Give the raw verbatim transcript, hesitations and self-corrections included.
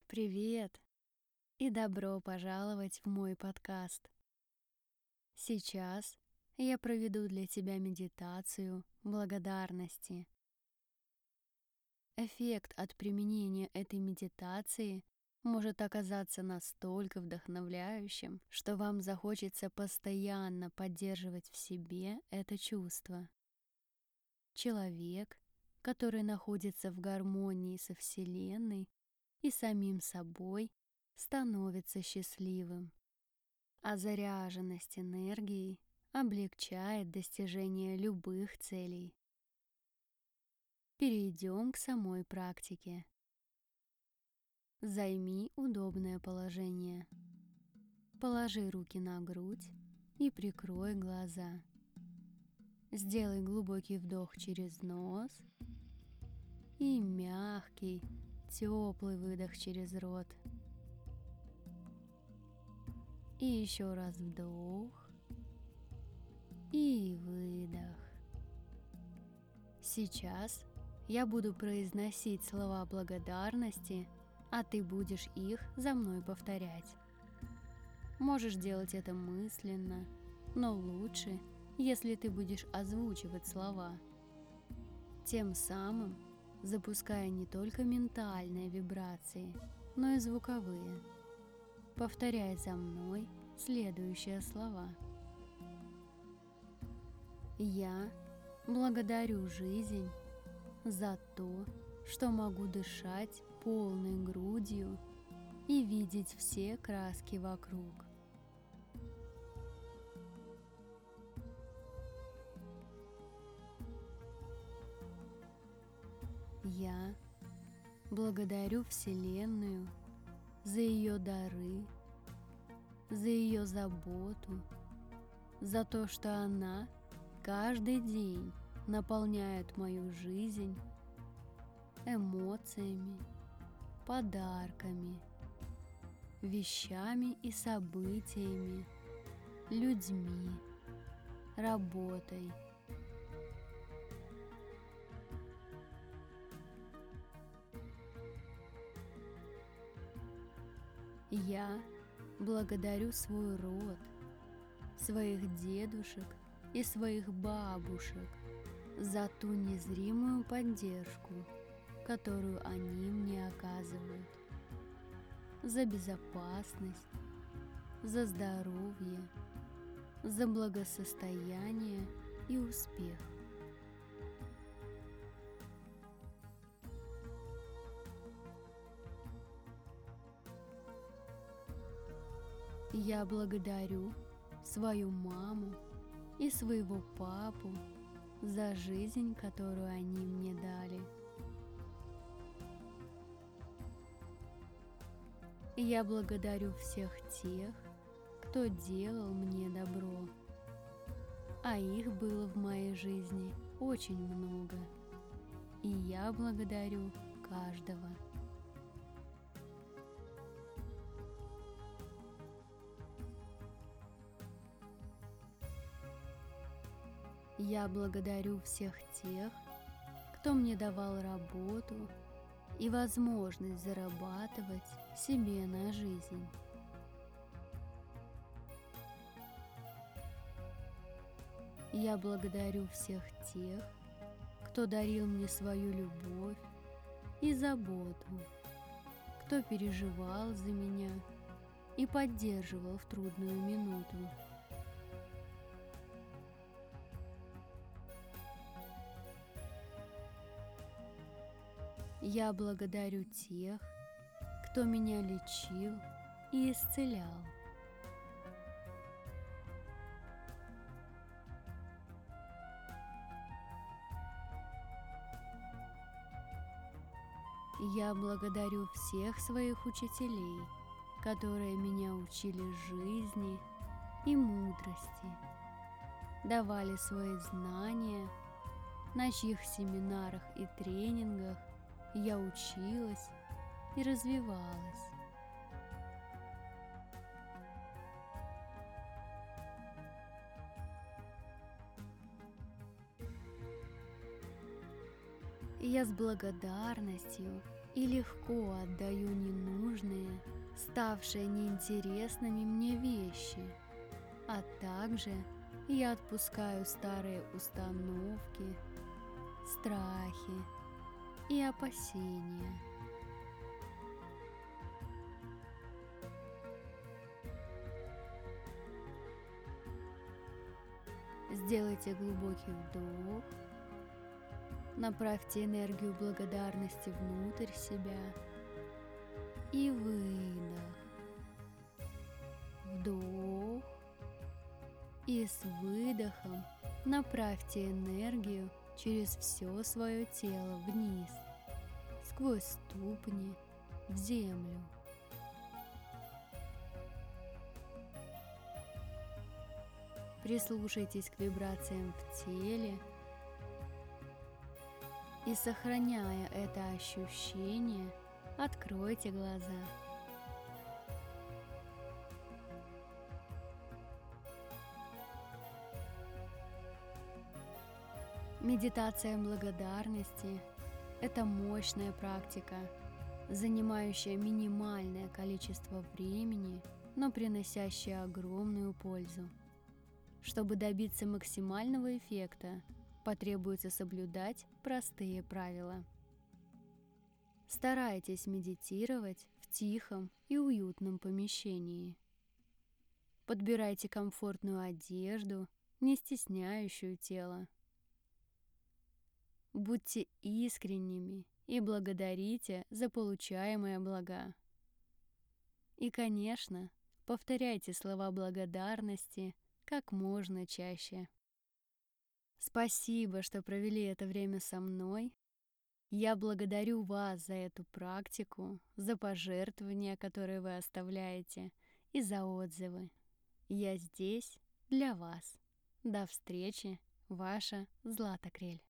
Привет и добро пожаловать в мой подкаст. Сейчас я проведу для тебя медитацию благодарности. Эффект от применения этой медитации может оказаться настолько вдохновляющим, что вам захочется постоянно поддерживать в себе это чувство. Человек, который находится в гармонии со Вселенной и самим собой, становится счастливым, а заряженность энергией облегчает достижение любых целей. Перейдем к самой практике. Займи удобное положение. Положи руки на грудь и прикрой глаза. Сделай глубокий вдох через нос и мягкий, теплый выдох через рот. И еще раз вдох и выдох. Сейчас я буду произносить слова благодарности, а ты будешь их за мной повторять. Можешь делать это мысленно, но лучше, если ты будешь озвучивать слова, тем самым запуская не только ментальные вибрации, но и звуковые. Повторяй за мной следующие слова. Я благодарю жизнь за то, что могу дышать полной грудью и видеть все краски вокруг. Я благодарю Вселенную за ее дары, за ее заботу, за то, что она каждый день наполняет мою жизнь эмоциями, подарками, вещами и событиями, людьми, работой. Я благодарю свой род, своих дедушек и своих бабушек за ту незримую поддержку, которую они мне оказывают, за безопасность, за здоровье, за благосостояние и успех. Я благодарю свою маму и своего папу за жизнь, которую они мне дали. Я благодарю всех тех, кто делал мне добро, а их было в моей жизни очень много, и я благодарю каждого. Я благодарю всех тех, кто мне давал работу и возможность зарабатывать себе на жизнь. Я благодарю всех тех, кто дарил мне свою любовь и заботу, кто переживал за меня и поддерживал в трудную минуту. Я благодарю тех, кто меня лечил и исцелял. Я благодарю всех своих учителей, которые меня учили жизни и мудрости, давали свои знания, на чьих семинарах и тренингах я училась и развивалась. Я с благодарностью и легко отдаю ненужные, ставшие неинтересными мне вещи, а также я отпускаю старые установки, страхи и опасения. Сделайте глубокий вдох, направьте энергию благодарности внутрь себя и выдох. Вдох, и с выдохом направьте энергию через все свое тело вниз, сквозь ступни в землю. Прислушайтесь к вибрациям в теле и, сохраняя это ощущение, откройте глаза. Медитация благодарности – это мощная практика, занимающая минимальное количество времени, но приносящая огромную пользу. Чтобы добиться максимального эффекта, потребуется соблюдать простые правила. Старайтесь медитировать в тихом и уютном помещении. Подбирайте комфортную одежду, не стесняющую тело. Будьте искренними и благодарите за получаемые блага. И, конечно, повторяйте слова благодарности как можно чаще. Спасибо, что провели это время со мной. Я благодарю вас за эту практику, за пожертвования, которые вы оставляете, и за отзывы. Я здесь для вас. До встречи, ваша Злата Крель.